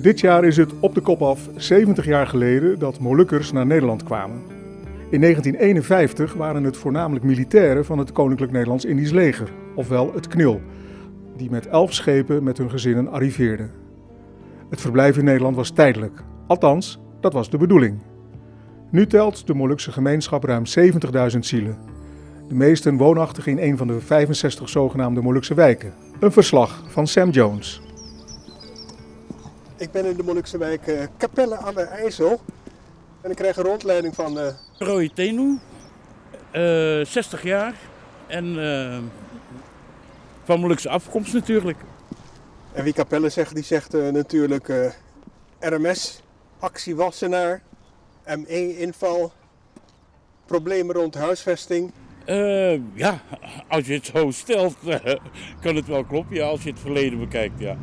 Dit jaar is het op de kop af 70 jaar geleden dat Molukkers naar Nederland kwamen. In 1951 waren het voornamelijk militairen van het Koninklijk Nederlands-Indisch Leger, ofwel het KNIL, die met 11 schepen met hun gezinnen arriveerden. Het verblijf in Nederland was tijdelijk, althans, dat was de bedoeling. Nu telt de Molukse gemeenschap ruim 70.000 zielen. De meesten woonachtig in een van de 65 zogenaamde Molukse wijken. Een verslag van Sam Jones. Ik ben in de Molukse wijk Capelle aan de IJssel. En ik krijg een rondleiding van... Roy Tenu, 60 jaar en van Molukse afkomst natuurlijk. En wie Capelle zegt, die zegt natuurlijk RMS, actie Wassenaar, ME-inval, problemen rond huisvesting. Ja, als je het zo stelt, kan het wel kloppen, ja, als je het verleden bekijkt, ja.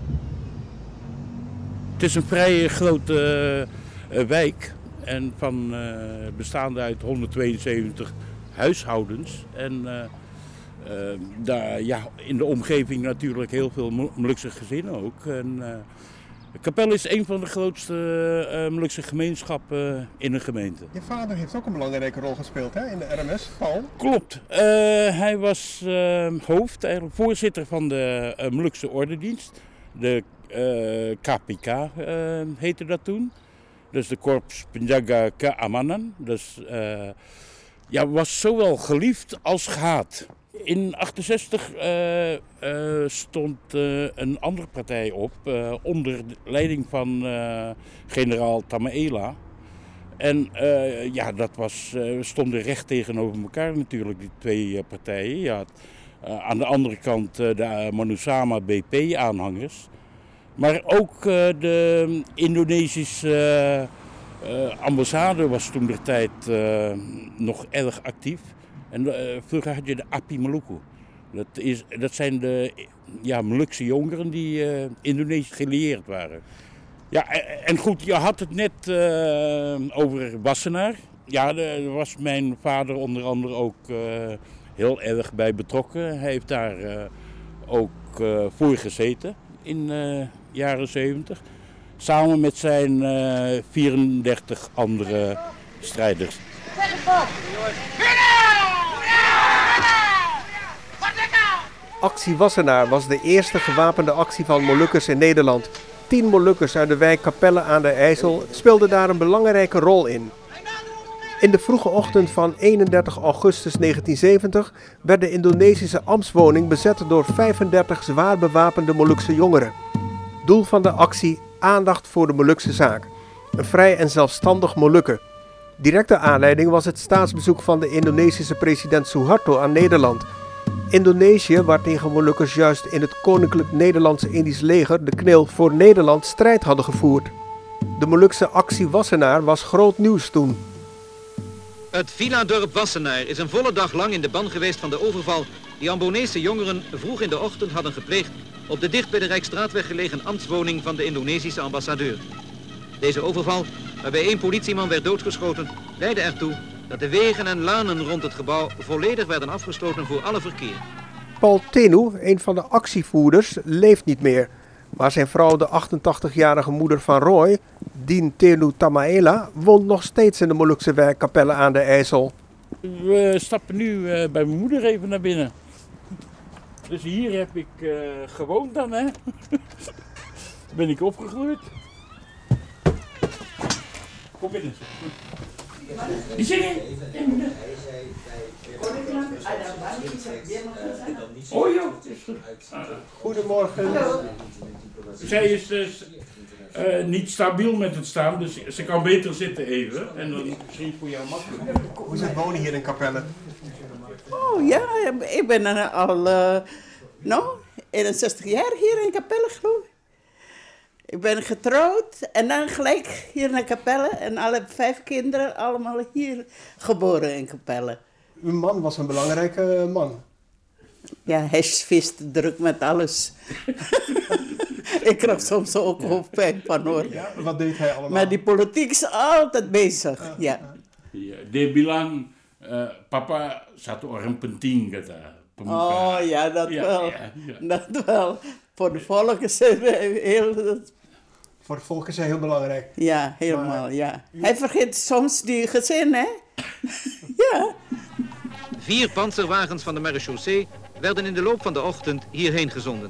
Het is een vrij grote wijk en bestaande uit 172 huishoudens. En daar, ja, in de omgeving natuurlijk heel veel Molukse gezinnen ook. En, Capelle is een van de grootste Molukse gemeenschappen in een gemeente. Je vader heeft ook een belangrijke rol gespeeld, hè, in de RMS, Paul? Klopt. Hij was hoofd, eigenlijk voorzitter van de Molukse Ordendienst. De KPK heette dat toen. Dus de Korps Penjaga Keamanan. Dus ja, was zowel geliefd als gehaat. In 1968 stond een andere partij op, onder leiding van generaal Tamaela. En ja, dat stonden recht tegenover elkaar natuurlijk, die twee partijen. Ja, aan de andere kant de Manusama BP-aanhangers. Maar ook de Indonesische ambassade was toen de tijd nog erg actief. En vroeger had je de Api Maluku. Dat zijn de Molukse jongeren die Indonesisch gelieerd waren. Ja, en goed, je had het net over Wassenaar. Ja, daar was mijn vader onder andere ook heel erg bij betrokken. Hij heeft daar ook voor gezeten in de jaren 70. Samen met zijn 34 andere strijders. Actie Wassenaar was de eerste gewapende actie van Molukkers in Nederland. 10 Molukkers uit de wijk Capelle aan de IJssel speelden daar een belangrijke rol in. In de vroege ochtend van 31 augustus 1970 werd de Indonesische ambtswoning bezet door 35 zwaar bewapende Molukse jongeren. Doel van de actie: aandacht voor de Molukse zaak. Een vrij en zelfstandig Molukke. Directe aanleiding was het staatsbezoek van de Indonesische president Suharto aan Nederland. Indonesië, waar tegen Molukkers juist in het Koninklijk Nederlands-Indisch Leger, de KNIL, voor Nederland strijd hadden gevoerd. De Molukse actie Wassenaar was groot nieuws toen. Het villa-dorp Wassenaar is een volle dag lang in de ban geweest van de overval die Ambonese jongeren vroeg in de ochtend hadden gepleegd op de dicht bij de Rijksstraatweg gelegen ambtswoning van de Indonesische ambassadeur. Deze overval, waarbij 1 politieman werd doodgeschoten, leidde ertoe dat de wegen en lanen rond het gebouw volledig werden afgesloten voor alle verkeer. Paul Tenu, een van de actievoerders, leeft niet meer. Maar zijn vrouw, de 88-jarige moeder van Roy, Dien Tenu Tamaela, woont nog steeds in de Molukse wijk Capelle aan de IJssel. We stappen nu bij mijn moeder even naar binnen. Dus hier heb ik gewoond dan, hè. Ben ik opgegroeid. Kom binnen. Die zingen. Oh joh. Goedemorgen. Zij is dus niet stabiel met het staan, dus ze kan beter zitten even. En dan misschien voor jou makkelijk. Hoe is het wonen hier in Capelle? Oh ja, ik ben al 61 jaar hier in Capelle geloof ik. Ik ben getrouwd en dan gelijk hier naar Capelle. En alle 5 kinderen allemaal hier geboren in Capelle. Uw man was een belangrijke man. Ja, hij vist druk met alles. Ik kreeg soms ook hoofdpijn van hoor. Ja, wat deed hij allemaal? Maar die politiek is altijd bezig, ja. Dia bilang, papa satu orang penting kata. Oh ja, dat wel. Ja. Dat wel. Voor de volk is het heel Voor het volk is hij heel belangrijk. Ja, helemaal, ja. Hij vergeet soms die gezin, hè? Ja. 4 panzerwagens van de marechaussee werden in de loop van de ochtend hierheen gezonden.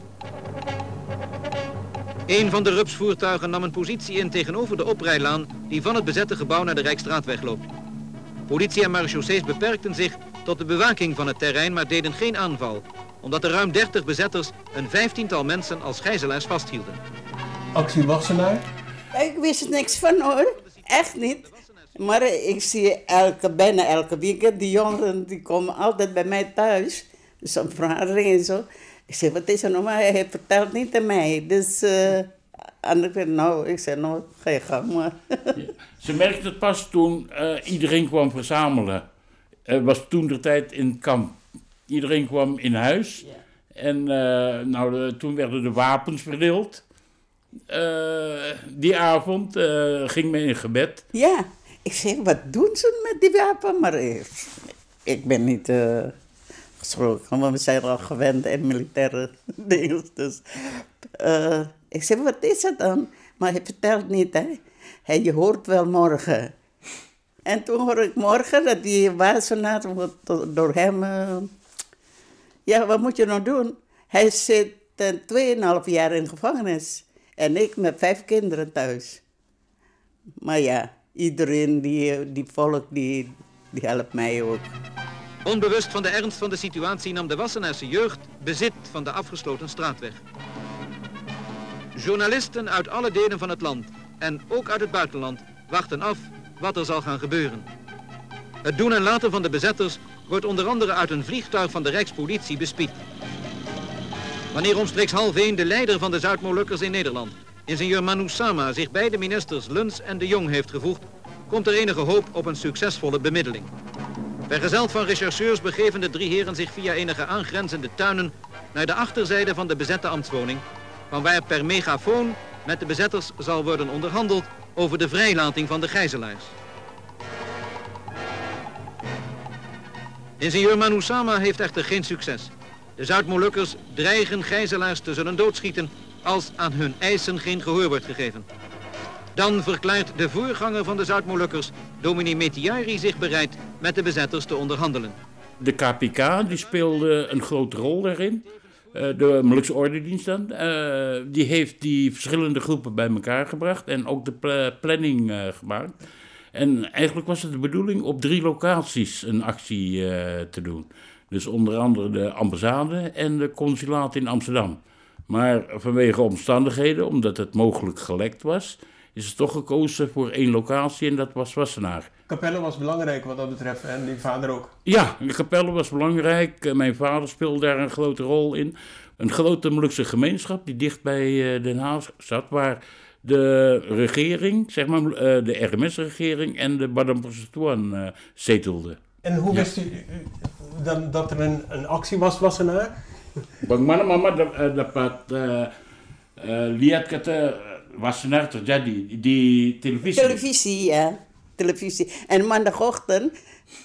Een van de rupsvoertuigen nam een positie in tegenover de oprijlaan die van het bezette gebouw naar de Rijksstraatweg loopt. Politie en marechaussees beperkten zich tot de bewaking van het terrein, maar deden geen aanval, omdat er ruim 30 bezetters een 15-tal mensen als gijzelaars vasthielden. Actie Wassenaar. Ik wist er niks van, hoor. Echt niet. Maar ik zie bijna elke weekend, die jongeren die komen altijd bij mij thuis. Dus een vergadering en zo. Ik zeg, wat is er nou? Maar hij vertelt niet aan mij. Dus, ik zeg, ga je gang maar. Ja. Ze merkte het pas toen iedereen kwam verzamelen. Het was toen de tijd in het kamp. Iedereen kwam in huis. Ja. En toen werden de wapens verdeeld. Die avond ging men in gebed. Ja, ik zeg, wat doen ze met die wapen? Maar ik ben niet geschrokken, want we zijn al gewend in militaire dingen. Dus, ik zeg, wat is het dan? Maar hij vertelt niet, hè. Je hoort wel morgen. En toen hoor ik morgen dat die Wassenaar door hem... ja, wat moet je nou doen? Hij zit 2,5 jaar in gevangenis. En ik met 5 kinderen thuis. Maar ja, iedereen die volk, die helpt mij ook. Onbewust van de ernst van de situatie nam de Wassenaarse jeugd bezit van de afgesloten straatweg. Journalisten uit alle delen van het land en ook uit het buitenland wachten af wat er zal gaan gebeuren. Het doen en laten van de bezetters wordt onder andere uit een vliegtuig van de Rijkspolitie bespied. Wanneer omstreeks 12:30 de leider van de Zuid-Molukkers in Nederland, ingenieur Manu Sama, zich bij de ministers Luns en de Jong heeft gevoegd, komt er enige hoop op een succesvolle bemiddeling. Vergezeld van rechercheurs begeven de 3 heren zich via enige aangrenzende tuinen naar de achterzijde van de bezette ambtswoning, vanwaar per megafoon met de bezetters zal worden onderhandeld over de vrijlating van de gijzelaars. Ingenieur Manu Sama heeft echter geen succes. De Zuid-Molukkers dreigen gijzelaars te zullen doodschieten als aan hun eisen geen gehoor wordt gegeven. Dan verklaart de voorganger van de Zuid-Molukkers, dominee Metiari, zich bereid met de bezetters te onderhandelen. De KPK die speelde een grote rol daarin. De Molukse Ordendienst dan. Die heeft die verschillende groepen bij elkaar gebracht en ook de planning gemaakt. En eigenlijk was het de bedoeling op 3 locaties een actie te doen. Dus onder andere de ambassade en de consulaat in Amsterdam. Maar vanwege omstandigheden, omdat het mogelijk gelekt was, is het toch gekozen voor 1 locatie en dat was Wassenaar. Capelle was belangrijk wat dat betreft en die vader ook. Ja, de Capelle was belangrijk. Mijn vader speelde daar een grote rol in. Een grote Molukse gemeenschap die dicht bij Den Haag zat, waar de regering, zeg maar de RMS-regering en de Madame Persatuan zetelden. En hoe wist u dan dat er een actie was, Wassenaar? Bagaimana mama dapat lihat kata Wassenaar terjadi di televisie? Televisie, ja. Televisie. En maandagochtend,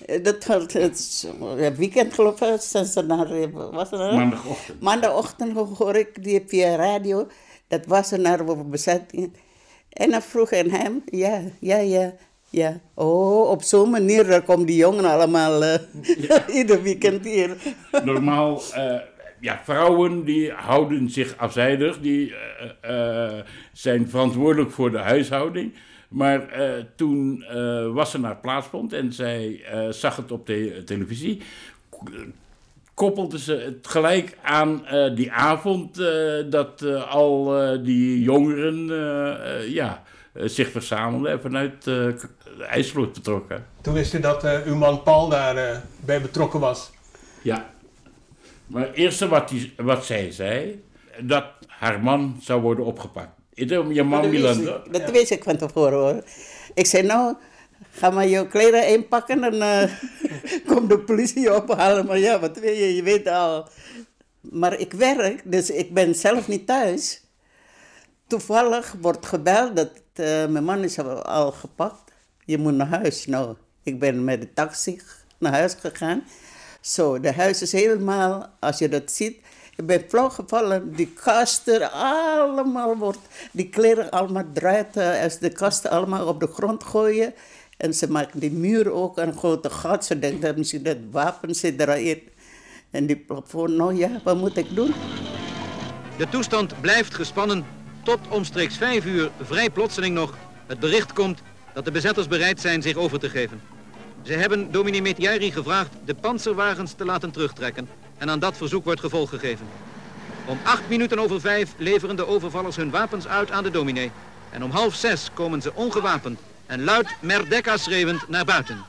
het weekend geloof ik, zijn ze naar Wassenaar. Maandagochtend. Maandagochtend hoor ik die via radio, dat Wassenaar wordt bezet. En dan vroeg ik hem, ja. Oh, op zo'n manier komen die jongen allemaal ieder weekend hier. Normaal, vrouwen die houden zich afzijdig, die zijn verantwoordelijk voor de huishouding. Maar toen Wassenaar plaatsvond en zij zag het op de televisie, koppelden ze het gelijk aan die avond dat al die jongeren zich verzamelden en vanuit IJsselhout vertrokken. Toen wist u dat uw man Paul daar bij betrokken was? Ja. Maar het eerste wat zij zei, dat haar man zou worden opgepakt. Je man dat wist ik van tevoren, hoor. Ik zei, nou, ga maar je kleren inpakken en komt de politie je ophalen. Maar ja, wat weet je weet al. Maar ik werk, dus ik ben zelf niet thuis. Toevallig wordt gebeld dat mijn man is al gepakt. Je moet naar huis. Nou, ik ben met de taxi naar huis gegaan. Zo, de huis is helemaal, als je dat ziet, Ik ben flauw gevallen. Die kasten allemaal die kleren allemaal eruit. Als de kasten allemaal op de grond gooien. En ze maken die muur ook een grote gat. Ze denken dat misschien dat wapen zit erin. En die plafond, nou ja, wat moet ik doen? De toestand blijft gespannen tot omstreeks 5 uur vrij plotseling nog het bericht komt dat de bezetters bereid zijn zich over te geven. Ze hebben dominee Metiari gevraagd de panzerwagens te laten terugtrekken en aan dat verzoek wordt gevolg gegeven. Om 5:08 leveren de overvallers hun wapens uit aan de dominee en om 5:30 komen ze ongewapend en luid Merdeka schreeuwend naar buiten.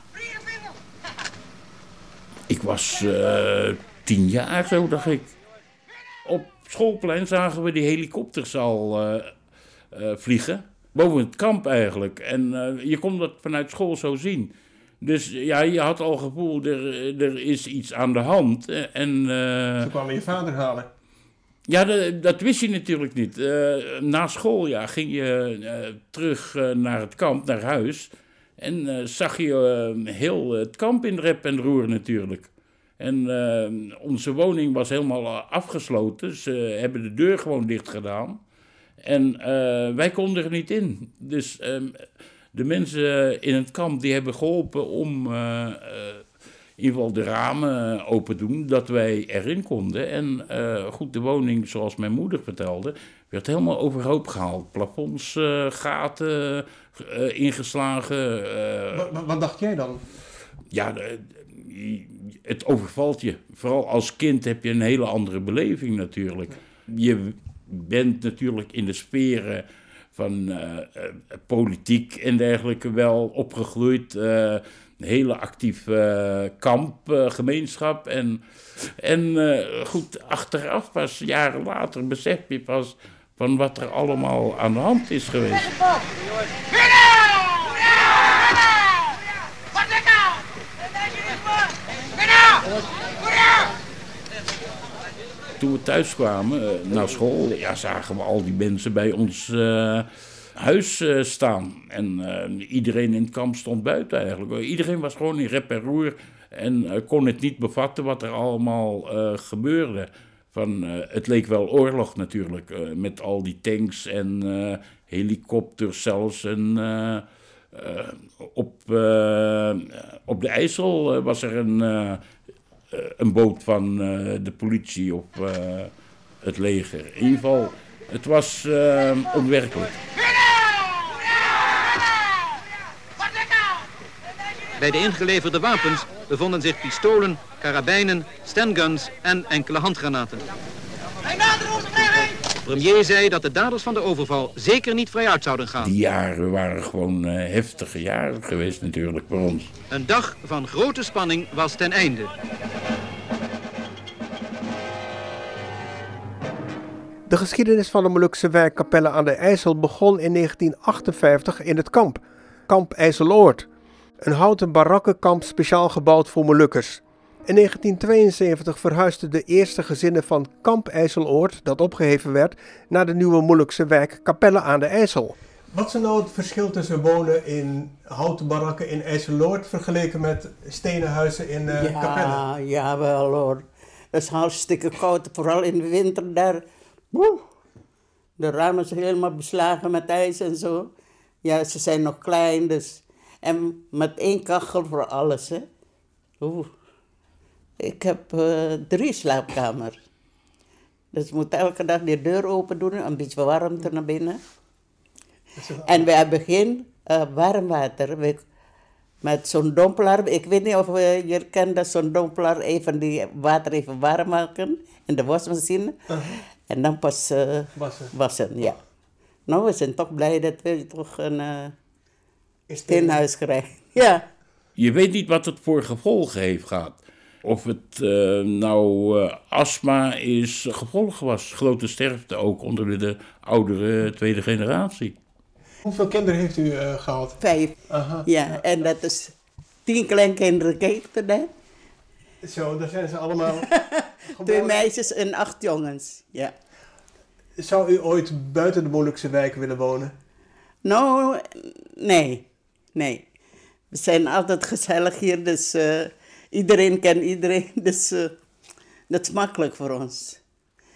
Ik was 10 jaar zo, dacht ik. Op schoolplein zagen we die helikopters al vliegen. Boven het kamp eigenlijk. En je kon dat vanuit school zo zien. Dus ja, je had al het gevoel, er is iets aan de hand. Ze kwamen je vader halen. Ja, dat wist je natuurlijk niet. Na school ging je terug naar het kamp, naar huis. En zag je heel het kamp in rep en roer natuurlijk. En onze woning was helemaal afgesloten. Ze hebben de deur gewoon dicht gedaan. En wij konden er niet in. Dus de mensen in het kamp die hebben geholpen om in ieder geval de ramen open doen, dat wij erin konden. En goed, de woning, zoals mijn moeder vertelde, werd helemaal overhoop gehaald. Plafonds, gaten ingeslagen. Wat dacht jij dan? Ja, het overvalt je. Vooral als kind heb je een hele andere beleving natuurlijk. Je bent natuurlijk in de sferen van politiek en dergelijke wel opgegroeid. Een hele actieve kampgemeenschap. En goed, achteraf pas, jaren later, besef je pas van wat er allemaal aan de hand is geweest. Toen we thuis kwamen, naar school, zagen we al die mensen bij ons huis staan. En iedereen in het kamp stond buiten eigenlijk. Iedereen was gewoon in rep en roer en kon het niet bevatten wat er allemaal gebeurde. Het leek wel oorlog natuurlijk, met al die tanks en helikopters zelfs. En op de IJssel was er een boot van de politie of het leger. In ieder geval, het was onwerkelijk. Bij de ingeleverde wapens bevonden zich pistolen, karabijnen, stanguns en enkele handgranaten. De premier zei dat de daders van de overval zeker niet vrij uit zouden gaan. Die jaren waren gewoon heftige jaren geweest natuurlijk voor ons. Een dag van grote spanning was ten einde. De geschiedenis van de Molukse wijk Capelle aan de IJssel begon in 1958 in het kamp. Kamp IJsseloord. Een houten barakkenkamp speciaal gebouwd voor Molukkers. In 1972 verhuisden de eerste gezinnen van kamp IJsseloord, dat opgeheven werd, naar de nieuwe Molukse wijk Capelle aan de IJssel. Wat is nou het verschil tussen wonen in houten barakken in IJsseloord vergeleken met stenen huizen in Capelle? Ja, wel hoor. Het is hartstikke koud, vooral in de winter daar. Woe. De ramen zijn helemaal beslagen met ijs en zo. Ja, ze zijn nog klein, dus. En met 1 kachel voor alles, hè. Oeh. Ik heb 3 slaapkamers. Dus ik moet elke dag de deur open doen, een beetje warmte naar binnen. En we hebben geen warm water. Met zo'n dompelaar, ik weet niet of je kent dat zo'n dompelaar, even die water even warm maken in de wasmachine. En dan pas wassen, ja. Nou, we zijn toch blij dat we toch een steenhuis krijgen. Ja. Je weet niet wat het voor gevolgen heeft gehad. Of het astma is gevolg was. Grote sterfte ook onder de oudere tweede generatie. Hoeveel kinderen heeft u gehad? 5. Aha. Ja, en dat is 10 kleinkinderen, kijk er. Zo, daar zijn ze allemaal 2 meisjes en 8 jongens, ja. Zou u ooit buiten de Molukse wijk willen wonen? Nou, nee. We zijn altijd gezellig hier, dus iedereen kent iedereen, dus dat is makkelijk voor ons.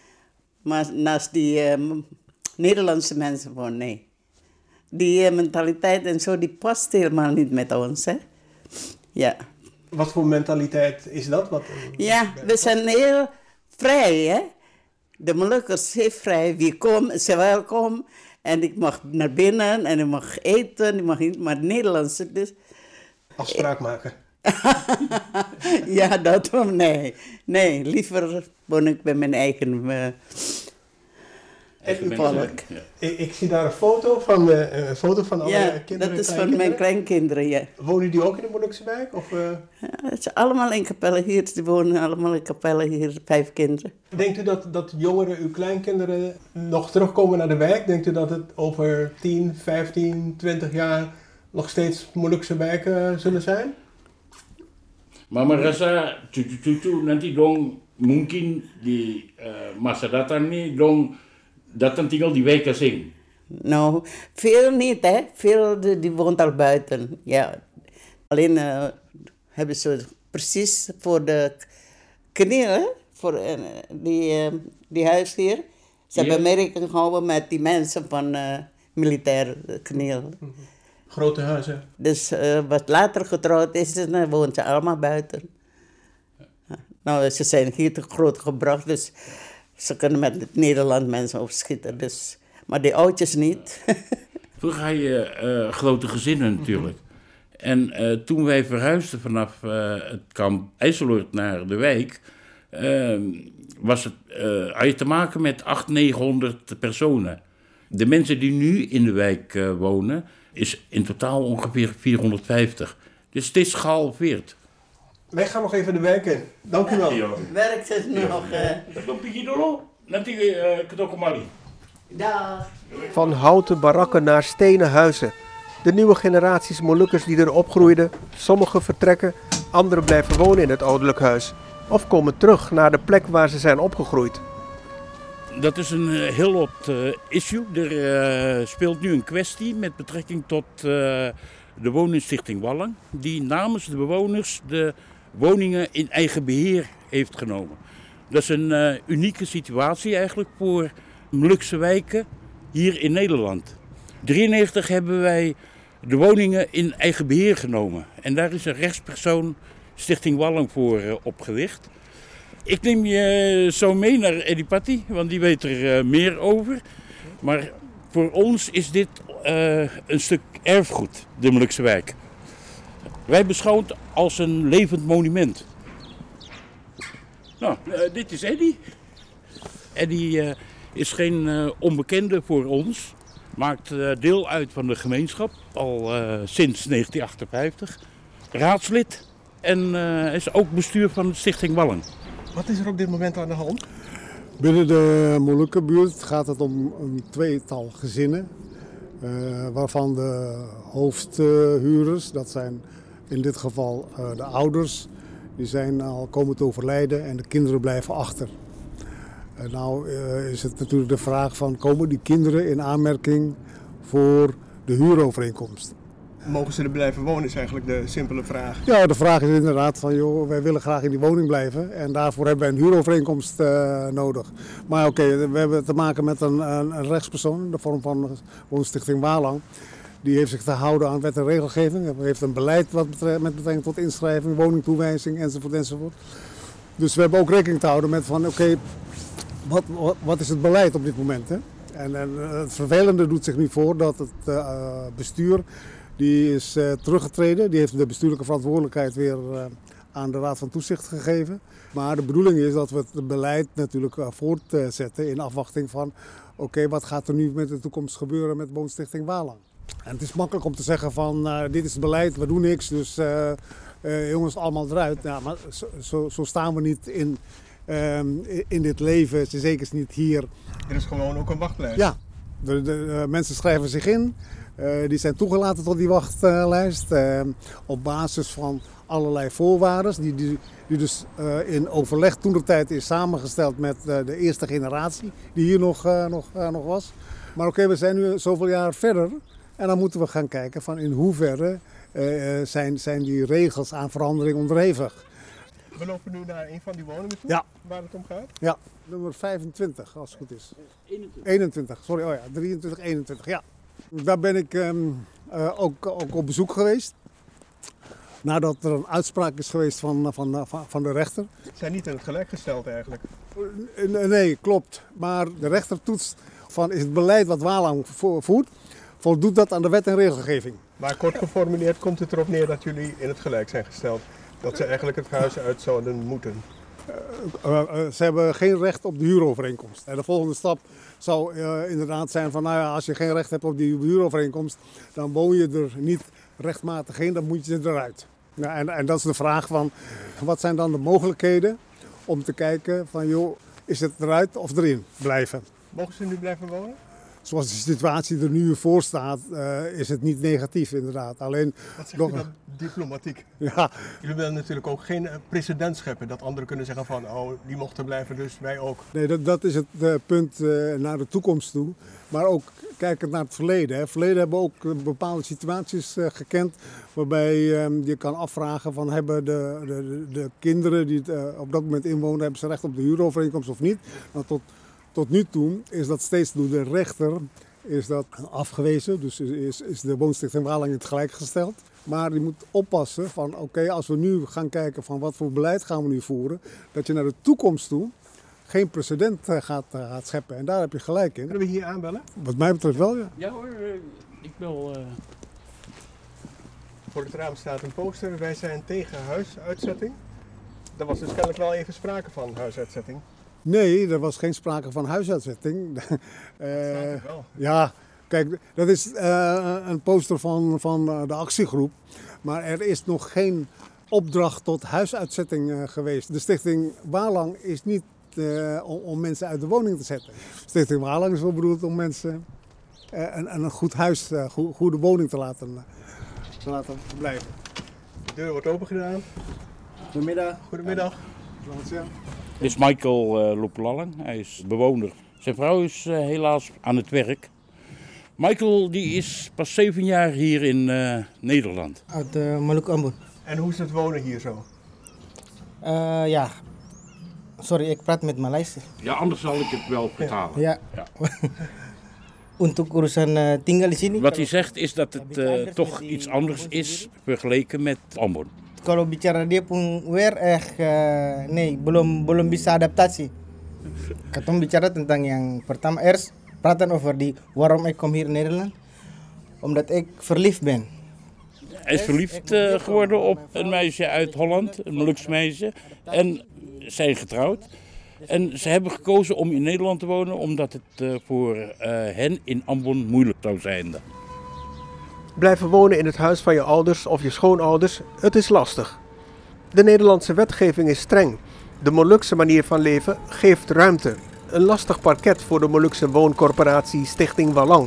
Maar naast die Nederlandse mensen wonen, nee. Die mentaliteit en zo, die past helemaal niet met ons, hè. Ja. Wat voor mentaliteit is dat? Ja, we zijn heel vrij, hè. De Molukkers heel vrij. Wie komt, is welkom. En ik mag naar binnen en ik mag eten, ik mag niet, maar Nederlandse dus. Afspraak maken. Ja, dat nee. Nee, liever woon ik bij mijn eigen volk. Ja. Ik zie daar een foto van alle Ja, kinderen. dat is van mijn kleinkinderen, ja. Wonen die ook in de Molukse wijk? Of, Ja, het zijn allemaal in Capelle hier. Die wonen allemaal in Capelle hier, 5 kinderen. Denkt u dat jongeren, uw kleinkinderen, nog terugkomen naar de wijk? Denkt u dat het over 10, 15, 20 jaar nog steeds Molukse wijken zullen zijn? Mama rasa cucu-cucu nanti dong mungkin di masa datang nih dong datang tinggal di wijk asing. Nou, veel niet, hè. Veel die woont al buiten, ja. Alleen hebben ze precies voor de knieën, voor die huis hier. Ze hebben rekening gehouden met die mensen van militair kniel. Grote huizen. Dus wat later getrouwd is, dan woont ze allemaal buiten. Nou, ze zijn hier te groot gebracht, dus ze kunnen met het Nederland mensen opschieten. Dus, maar die oudjes niet. Vroeger had je grote gezinnen natuurlijk. En toen wij verhuisden vanaf het kamp IJsseloord naar de wijk, had je te maken met 800, 900 personen. De mensen die nu in de wijk wonen, is in totaal ongeveer 450. Dus het is gehalveerd. Wij gaan nog even de wijk in. Dank u wel. Werkt het nog? Dan pergi dulu, nanti kita kembali. Dag. Van houten barakken naar stenen huizen. De nieuwe generaties Molukkers die er opgroeiden, sommigen vertrekken, anderen blijven wonen in het ouderlijk huis. Of komen terug naar de plek waar ze zijn opgegroeid. Dat is een heel hot issue. Er speelt nu een kwestie met betrekking tot de woningstichting Wallang, die namens de bewoners de woningen in eigen beheer heeft genomen. Dat is een unieke situatie eigenlijk voor Molukse wijken hier in Nederland. In 1993 hebben wij de woningen in eigen beheer genomen. En daar is een rechtspersoon Stichting Wallang voor opgericht. Ik neem je zo mee naar Edipati, want die weet er meer over. Maar voor ons is dit een stuk erfgoed, de Molukse wijk. Wij beschouwen het als een levend monument. Nou, dit is Eddy. Eddy is geen onbekende voor ons. Maakt deel uit van de gemeenschap, al sinds 1958. Raadslid en is ook bestuur van de Stichting Wallang. Wat is er op dit moment aan de hand? Binnen de Molukkenbuurt gaat het om een tweetal gezinnen. Waarvan de hoofdhuurders, dat zijn in dit geval de ouders, die zijn al komen te overlijden en de kinderen blijven achter. Nou is het natuurlijk de vraag van, komen die kinderen in aanmerking voor de huurovereenkomst? Mogen ze er blijven wonen is eigenlijk de simpele vraag. Ja, de vraag is inderdaad van, joh, wij willen graag in die woning blijven en daarvoor hebben wij een huurovereenkomst nodig. Maar oké, we hebben te maken met een rechtspersoon in de vorm van Woonstichting Wallang. Die heeft zich te houden aan wet en regelgeving. Hij heeft een beleid met betrekking tot inschrijving, woningtoewijzing enzovoort enzovoort. Dus we hebben ook rekening te houden met van, oké, wat is het beleid op dit moment? Hè? En het vervelende doet zich nu voor dat het bestuur, die is teruggetreden. Die heeft de bestuurlijke verantwoordelijkheid weer aan de Raad van Toezicht gegeven. Maar de bedoeling is dat we het beleid natuurlijk voortzetten in afwachting van, oké, wat gaat er nu met de toekomst gebeuren met Woonstichting Wallang? En het is makkelijk om te zeggen van, dit is het beleid, we doen niks, dus jongens, allemaal eruit. Ja, maar zo staan we niet in dit leven, zeker niet hier. Er is gewoon ook een wachtlijst. Ja, de mensen schrijven zich in. Die zijn toegelaten tot die wachtlijst op basis van allerlei voorwaarden die dus in overleg toentertijd is samengesteld met de eerste generatie die hier nog was. Maar oké, we zijn nu zoveel jaar verder en dan moeten we gaan kijken van in hoeverre zijn die regels aan verandering onderhevig. We lopen nu naar een van die woningen toe, Ja. waar het om gaat. Ja, nummer 25 als het goed is. 21, sorry, oh ja, 23, 21, ja. Daar ben ik ook op bezoek geweest. Nadat er een uitspraak is geweest van de rechter. Ze zijn niet in het gelijk gesteld eigenlijk. Nee, klopt. Maar de rechter toetst van is het beleid wat Walang voert, voldoet dat aan de wet en regelgeving. Maar kort geformuleerd komt het erop neer dat jullie in het gelijk zijn gesteld. Dat ze eigenlijk het huis uit zouden moeten. Ze hebben geen recht op de huurovereenkomst. En de volgende stap zou inderdaad zijn van, nou ja, als je geen recht hebt op die huurovereenkomst, dan woon je er niet rechtmatig in, dan moet je eruit. Ja, en dat is de vraag van, wat zijn dan de mogelijkheden om te kijken van, joh, is het eruit of erin blijven? Mogen ze nu blijven wonen? Zoals de situatie er nu voor staat, is het niet negatief inderdaad. Alleen, Wat zegt u dan diplomatiek? ja, Jullie willen natuurlijk ook geen precedent scheppen. Dat anderen kunnen zeggen van, oh, die mochten blijven, dus wij ook. nee, dat is het punt naar de toekomst toe. Maar ook kijkend naar het verleden. Het verleden hebben we ook bepaalde situaties gekend. Waarbij je kan afvragen van hebben de kinderen die op dat moment inwonen, hebben ze recht op de huurovereenkomst of niet. Nou, tot nu toe is dat steeds door de rechter is dat afgewezen. Dus is de woonstichting Walang in het gelijk gesteld. Maar je moet oppassen van oké, als we nu gaan kijken van wat voor beleid gaan we nu voeren, dat je naar de toekomst toe geen precedent gaat scheppen. En daar heb je gelijk in. Kunnen we hier aanbellen? Wat mij betreft wel, ja. Ja hoor, ik wil... Voor het raam staat een poster. Wij zijn tegen huisuitzetting. Er was dus kennelijk wel even sprake van huisuitzetting. Nee, er was geen sprake van huisuitzetting. Staat er wel. Ja, kijk, dat is een poster van de actiegroep. Maar er is nog geen opdracht tot huisuitzetting geweest. De stichting Walang is niet om mensen uit de woning te zetten. Stichting Walang is wel bedoeld om mensen een goed huis, goede woning te laten verblijven. De deur wordt open gedaan. Goedemiddag. Goedemiddag. Dit is Michael Lopelallen, hij is bewoner. Zijn vrouw is helaas aan het werk. Michael die is pas 7 jaar hier in Nederland. Uit Maluku Ambon. En hoe is het wonen hier zo? Ja, sorry, ik praat met Maleis. Ja, anders zal ik het wel vertalen. Ja. Ja. Untuk urusan tinggal di sini. Wat hij zegt is dat het toch iets anders is vergeleken met Ambon. Kalau bicara dia pun weer nee, belum bisa adaptasi. Katong bicara tentang yang pertama eerst praten over die waarom ik kom hier in Nederland. Omdat ik verliefd ben. Hij is verliefd geworden op een meisje uit Holland, een Moluks meisje. En zijn getrouwd. En ze hebben gekozen om in Nederland te wonen omdat het voor hen in Ambon moeilijk zou zijn. Blijven wonen in het huis van je ouders of je schoonouders, het is lastig. De Nederlandse wetgeving is streng. De Molukse manier van leven geeft ruimte. Een lastig parket voor de Molukse wooncorporatie Stichting Walang.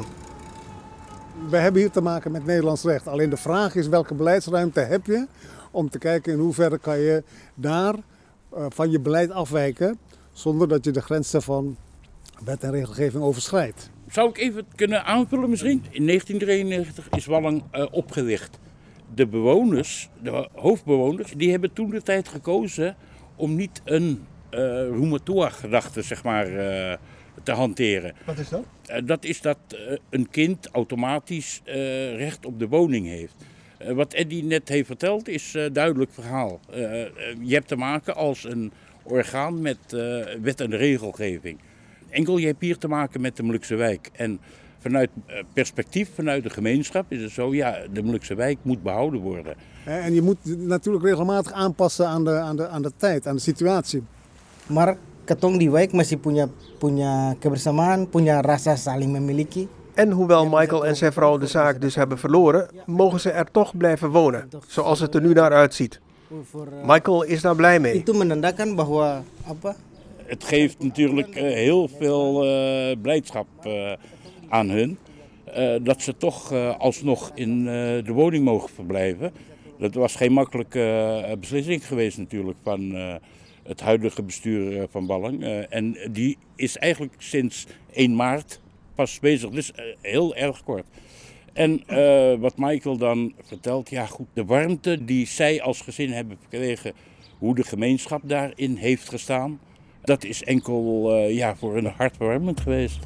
We hebben hier te maken met Nederlands recht. Alleen de vraag is welke beleidsruimte heb je om te kijken in hoeverre kan je daar van je beleid afwijken zonder dat je de grenzen van wet en regelgeving overschrijdt. Zou ik even kunnen aanvullen misschien? In 1993 is Walang opgericht. De bewoners, de hoofdbewoners, die hebben toen de tijd gekozen om niet een Rumatoa-gedachte zeg maar, te hanteren. Wat is dat? Dat is dat een kind automatisch recht op de woning heeft. Wat Eddy net heeft verteld is een duidelijk verhaal. Je hebt te maken als een orgaan met wet en regelgeving. Enkel je hebt hier te maken met de Molukse wijk. En vanuit perspectief, vanuit de gemeenschap is het zo, ja, de Molukse wijk moet behouden worden. En je moet natuurlijk regelmatig aanpassen aan de tijd, aan de situatie. Maar katong di wijk masih punya kebersamaan, punya rasa saling memiliki. En hoewel Michael en zijn vrouw de zaak dus hebben verloren, mogen ze er toch blijven wonen, zoals het er nu naar uitziet. Michael is daar blij mee. Itu menandakan bahwa apa? Het geeft natuurlijk heel veel blijdschap aan hun. Dat ze toch alsnog in de woning mogen verblijven. Dat was geen makkelijke beslissing geweest natuurlijk van het huidige bestuur van Walang. En die is eigenlijk sinds 1 maart pas bezig, dus heel erg kort. En wat Michael dan vertelt, ja goed, de warmte die zij als gezin hebben gekregen hoe de gemeenschap daarin heeft gestaan. Dat is enkel voor hun hartverwarmend geweest.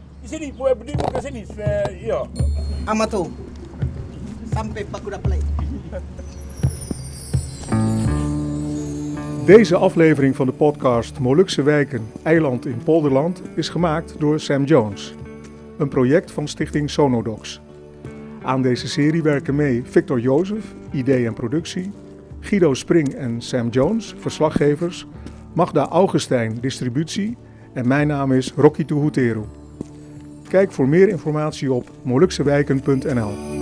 Amato. Sampai Pagoda Play. Deze aflevering van de podcast Molukse Wijken, Eiland in Polderland is gemaakt door Sam Jones. Een project van stichting Sonodox. Aan deze serie werken mee Victor Jozef, idee en productie, Guido Spring en Sam Jones, verslaggevers, Magda Augustijn, distributie en mijn naam is Rocky Tuhuteru. Kijk voor meer informatie op moluksewijken.nl.